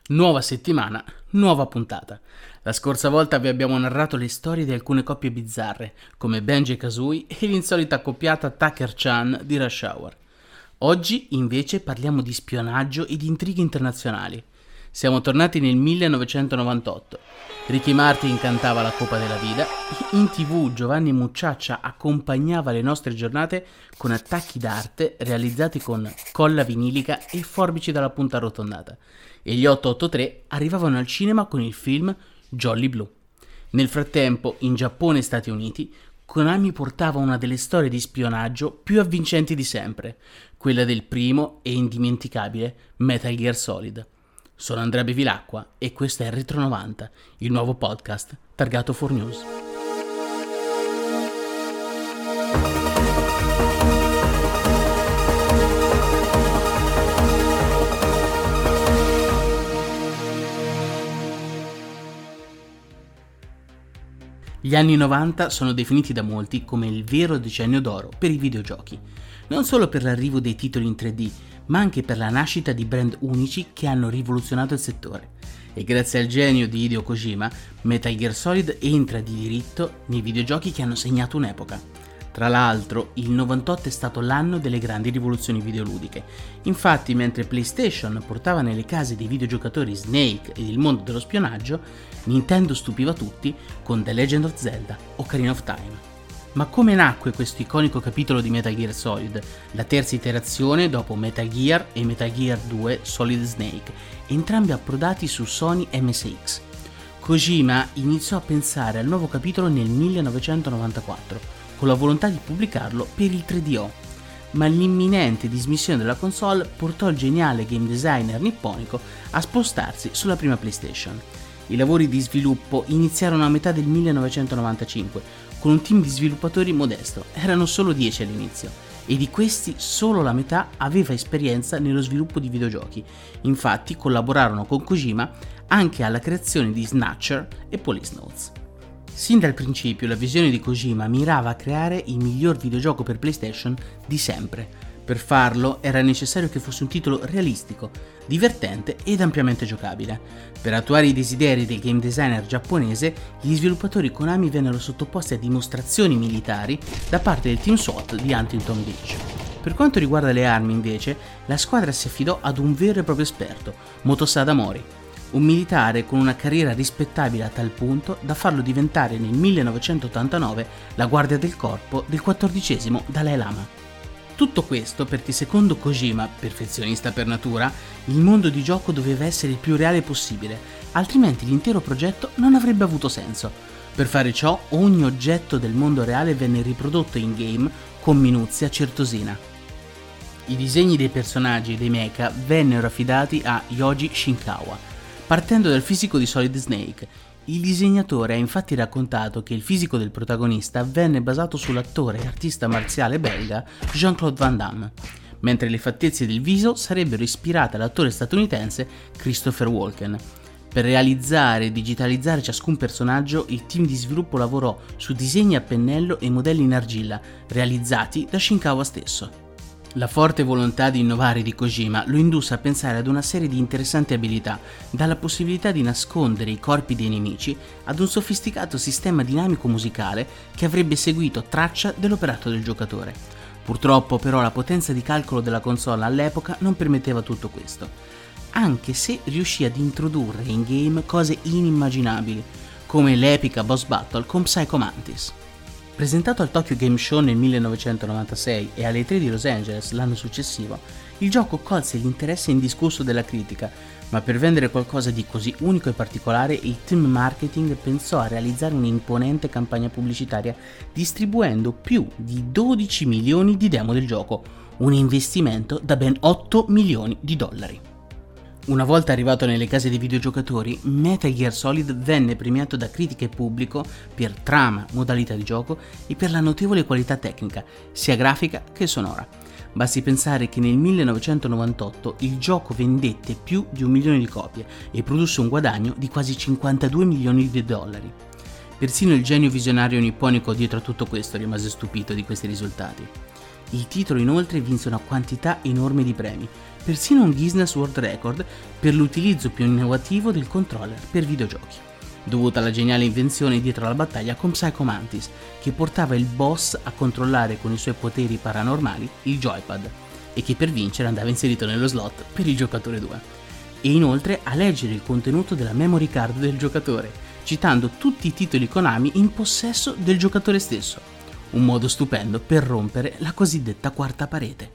Nuova settimana, nuova puntata. La scorsa volta vi abbiamo narrato le storie di alcune coppie bizzarre, come Benji e Kazooie e l'insolita accoppiata Tucker-chan di Rush Hour. Oggi, invece, parliamo di spionaggio e di intrighe internazionali. Siamo tornati nel 1998. Ricky Martin cantava la Coppa della Vida, in TV Giovanni Mucciaccia accompagnava le nostre giornate con attacchi d'arte realizzati con colla vinilica e forbici dalla punta arrotondata, e gli 883 arrivavano al cinema con il film Jolly Blue. Nel frattempo, in Giappone e Stati Uniti, Konami portava una delle storie di spionaggio più avvincenti di sempre, quella del primo e indimenticabile Metal Gear Solid. Sono Andrea Bevilacqua e questo è Retro 90, il nuovo podcast targato 4News. Gli anni 90 sono definiti da molti come il vero decennio d'oro per i videogiochi, non solo per l'arrivo dei titoli in 3D, ma anche per la nascita di brand unici che hanno rivoluzionato il settore. E grazie al genio di Hideo Kojima, Metal Gear Solid entra di diritto nei videogiochi che hanno segnato un'epoca. Tra l'altro, il 98 è stato l'anno delle grandi rivoluzioni videoludiche. Infatti, mentre PlayStation portava nelle case dei videogiocatori Snake ed il mondo dello spionaggio, Nintendo stupiva tutti con The Legend of Zelda o Ocarina of Time. Ma come nacque questo iconico capitolo di Metal Gear Solid, la terza iterazione dopo Metal Gear e Metal Gear 2 Solid Snake, entrambi approdati su Sony MSX? Kojima iniziò a pensare al nuovo capitolo nel 1994, con la volontà di pubblicarlo per il 3DO, ma l'imminente dismissione della console portò il geniale game designer nipponico a spostarsi sulla prima PlayStation. I lavori di sviluppo iniziarono a metà del 1995, con un team di sviluppatori modesto, erano solo 10 all'inizio, e di questi solo la metà aveva esperienza nello sviluppo di videogiochi. Infatti collaborarono con Kojima anche alla creazione di Snatcher e Police Notes. Sin dal principio la visione di Kojima mirava a creare il miglior videogioco per PlayStation di sempre. Per farlo era necessario che fosse un titolo realistico, divertente ed ampiamente giocabile. Per attuare i desideri del game designer giapponese, gli sviluppatori Konami vennero sottoposti a dimostrazioni militari da parte del team SWAT di Huntington Beach. Per quanto riguarda le armi, invece, la squadra si affidò ad un vero e proprio esperto, Motosada Mori, un militare con una carriera rispettabile a tal punto da farlo diventare nel 1989 la guardia del corpo del 14° Dalai Lama. Tutto questo perché secondo Kojima, perfezionista per natura, il mondo di gioco doveva essere il più reale possibile, altrimenti l'intero progetto non avrebbe avuto senso. Per fare ciò, ogni oggetto del mondo reale venne riprodotto in game con minuzia certosina. I disegni dei personaggi e dei mecha vennero affidati a Yoji Shinkawa, partendo dal fisico di Solid Snake. Il disegnatore ha infatti raccontato che il fisico del protagonista venne basato sull'attore e artista marziale belga Jean-Claude Van Damme, mentre le fattezze del viso sarebbero ispirate all'attore statunitense Christopher Walken. Per realizzare e digitalizzare ciascun personaggio, il team di sviluppo lavorò su disegni a pennello e modelli in argilla, realizzati da Shinkawa stesso. La forte volontà di innovare di Kojima lo indusse a pensare ad una serie di interessanti abilità, dalla possibilità di nascondere i corpi dei nemici ad un sofisticato sistema dinamico musicale che avrebbe seguito traccia dell'operato del giocatore. Purtroppo però la potenza di calcolo della console all'epoca non permetteva tutto questo, anche se riuscì ad introdurre in game cose inimmaginabili, come l'epica boss battle con Psycho Mantis. Presentato al Tokyo Game Show nel 1996 e alle 3 di Los Angeles l'anno successivo, il gioco colse l'interesse indiscusso della critica, ma per vendere qualcosa di così unico e particolare il team marketing pensò a realizzare un'imponente campagna pubblicitaria distribuendo più di 12 milioni di demo del gioco, un investimento da ben 8 milioni di dollari. Una volta arrivato nelle case dei videogiocatori, Metal Gear Solid venne premiato da critica e pubblico per trama, modalità di gioco e per la notevole qualità tecnica, sia grafica che sonora. Basti pensare che nel 1998 il gioco vendette più di 1 milione di copie e produsse un guadagno di quasi 52 milioni di dollari. Persino il genio visionario nipponico dietro a tutto questo rimase stupito di questi risultati. Il titolo inoltre vinse una quantità enorme di premi, persino un Guinness World Record per l'utilizzo più innovativo del controller per videogiochi, dovuta alla geniale invenzione dietro alla battaglia con Psycho Mantis, che portava il boss a controllare con i suoi poteri paranormali il joypad, e che per vincere andava inserito nello slot per il giocatore 2, e inoltre a leggere il contenuto della memory card del giocatore, citando tutti i titoli Konami in possesso del giocatore stesso. Un modo stupendo per rompere la cosiddetta quarta parete.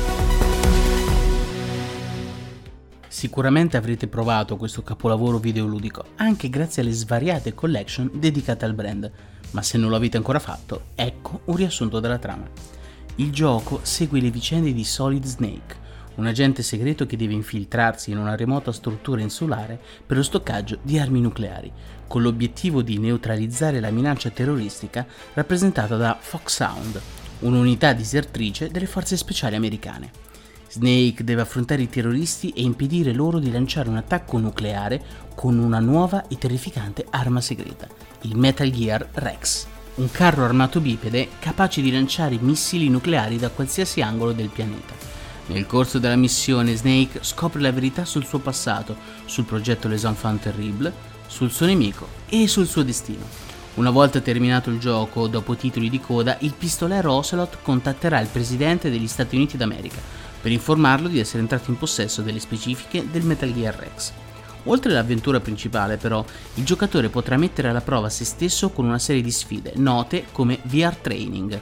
Sicuramente avrete provato questo capolavoro videoludico anche grazie alle svariate collection dedicate al brand, ma se non lo avete ancora fatto, ecco un riassunto della trama. Il gioco segue le vicende di Solid Snake, un agente segreto che deve infiltrarsi in una remota struttura insulare per lo stoccaggio di armi nucleari, con l'obiettivo di neutralizzare la minaccia terroristica rappresentata da Foxhound, un'unità disertrice delle forze speciali americane. Snake deve affrontare i terroristi e impedire loro di lanciare un attacco nucleare con una nuova e terrificante arma segreta, il Metal Gear Rex, un carro armato bipede capace di lanciare missili nucleari da qualsiasi angolo del pianeta. Nel corso della missione Snake scopre la verità sul suo passato, sul progetto Les Enfants Terribles, sul suo nemico e sul suo destino. Una volta terminato il gioco, dopo titoli di coda, il pistolero Ocelot contatterà il presidente degli Stati Uniti d'America per informarlo di essere entrato in possesso delle specifiche del Metal Gear Rex. Oltre all'avventura principale, però, il giocatore potrà mettere alla prova se stesso con una serie di sfide, note come VR Training.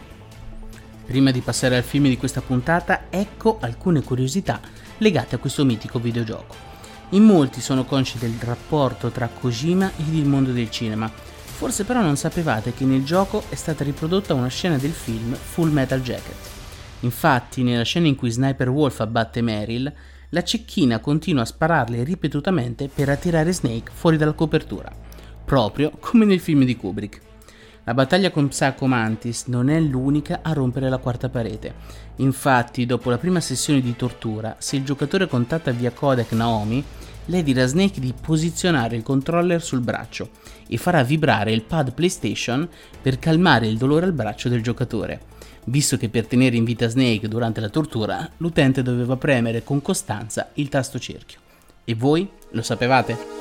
Prima di passare al film di questa puntata, ecco alcune curiosità legate a questo mitico videogioco. In molti sono consci del rapporto tra Kojima ed il mondo del cinema, forse però non sapevate che nel gioco è stata riprodotta una scena del film Full Metal Jacket. Infatti, nella scena in cui Sniper Wolf abbatte Meryl, la cecchina continua a spararle ripetutamente per attirare Snake fuori dalla copertura, proprio come nel film di Kubrick. La battaglia con Psycho Mantis non è l'unica a rompere la quarta parete. Infatti, dopo la prima sessione di tortura, se il giocatore contatta via codec Naomi, lei dirà a Snake di posizionare il controller sul braccio e farà vibrare il pad PlayStation per calmare il dolore al braccio del giocatore, visto che per tenere in vita Snake durante la tortura, l'utente doveva premere con costanza il tasto cerchio. E voi lo sapevate?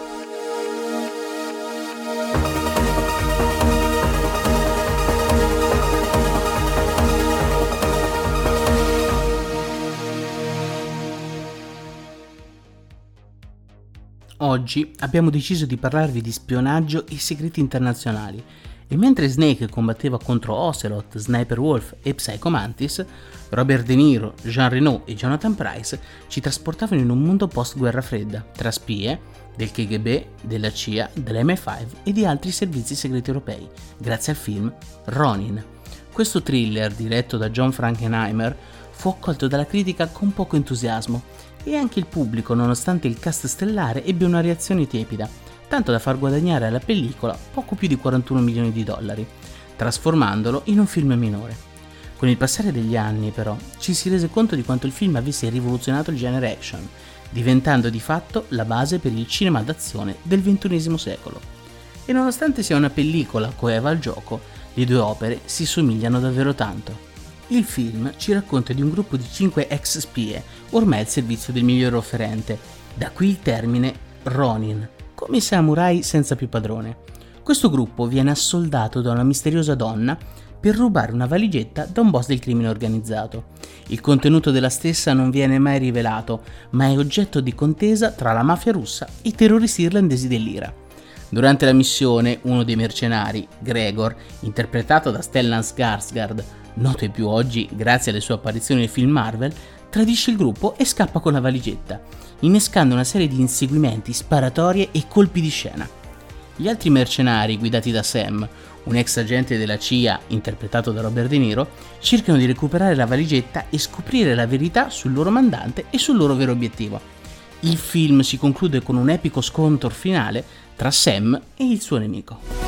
Oggi abbiamo deciso di parlarvi di spionaggio e segreti internazionali, e mentre Snake combatteva contro Ocelot, Sniper Wolf e Psycho Mantis, Robert De Niro, Jean Reno e Jonathan Pryce ci trasportavano in un mondo post-guerra fredda, tra spie, del KGB, della CIA, dell'MI5 e di altri servizi segreti europei, grazie al film Ronin. Questo thriller, diretto da John Frankenheimer, fu accolto dalla critica con poco entusiasmo, e anche il pubblico, nonostante il cast stellare, ebbe una reazione tiepida, tanto da far guadagnare alla pellicola poco più di 41 milioni di dollari, trasformandolo in un film minore. Con il passare degli anni, però, ci si rese conto di quanto il film avesse rivoluzionato il genere action, diventando di fatto la base per il cinema d'azione del XXI secolo. E nonostante sia una pellicola coeva al gioco, le due opere si somigliano davvero tanto. Il film ci racconta di un gruppo di 5 ex spie, ormai al servizio del migliore offerente, da qui il termine Ronin, come samurai senza più padrone. Questo gruppo viene assoldato da una misteriosa donna per rubare una valigetta da un boss del crimine organizzato. Il contenuto della stessa non viene mai rivelato, ma è oggetto di contesa tra la mafia russa e i terroristi irlandesi dell'IRA. Durante la missione, uno dei mercenari, Gregor, interpretato da Stellan Skarsgård, noto ai più oggi grazie alle sue apparizioni nei film Marvel, tradisce il gruppo e scappa con la valigetta, innescando una serie di inseguimenti, sparatorie e colpi di scena. Gli altri mercenari, guidati da Sam, un ex agente della CIA interpretato da Robert De Niro, cercano di recuperare la valigetta e scoprire la verità sul loro mandante e sul loro vero obiettivo. Il film si conclude con un epico scontro finale tra Sam e il suo nemico.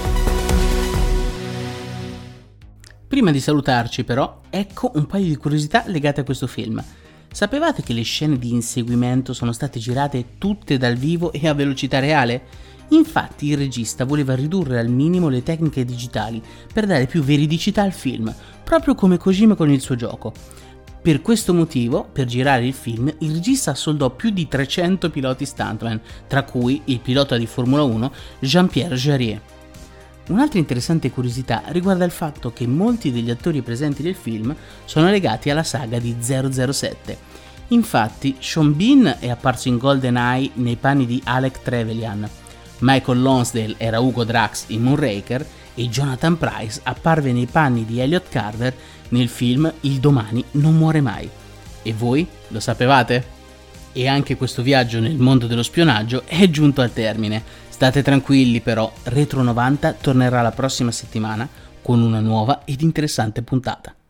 Prima di salutarci però, ecco un paio di curiosità legate a questo film. Sapevate che le scene di inseguimento sono state girate tutte dal vivo e a velocità reale? Infatti il regista voleva ridurre al minimo le tecniche digitali per dare più veridicità al film, proprio come Kojima con il suo gioco. Per questo motivo, per girare il film, il regista soldò più di 300 piloti stuntman, tra cui il pilota di Formula 1 Jean-Pierre Jarier. Un'altra interessante curiosità riguarda il fatto che molti degli attori presenti nel film sono legati alla saga di 007. Infatti, Sean Bean è apparso in GoldenEye nei panni di Alec Trevelyan, Michael Lonsdale era Hugo Drax in Moonraker e Jonathan Pryce apparve nei panni di Elliot Carver nel film Il domani non muore mai. E voi lo sapevate? E anche questo viaggio nel mondo dello spionaggio è giunto al termine. State tranquilli però, Retro 90 tornerà la prossima settimana con una nuova ed interessante puntata.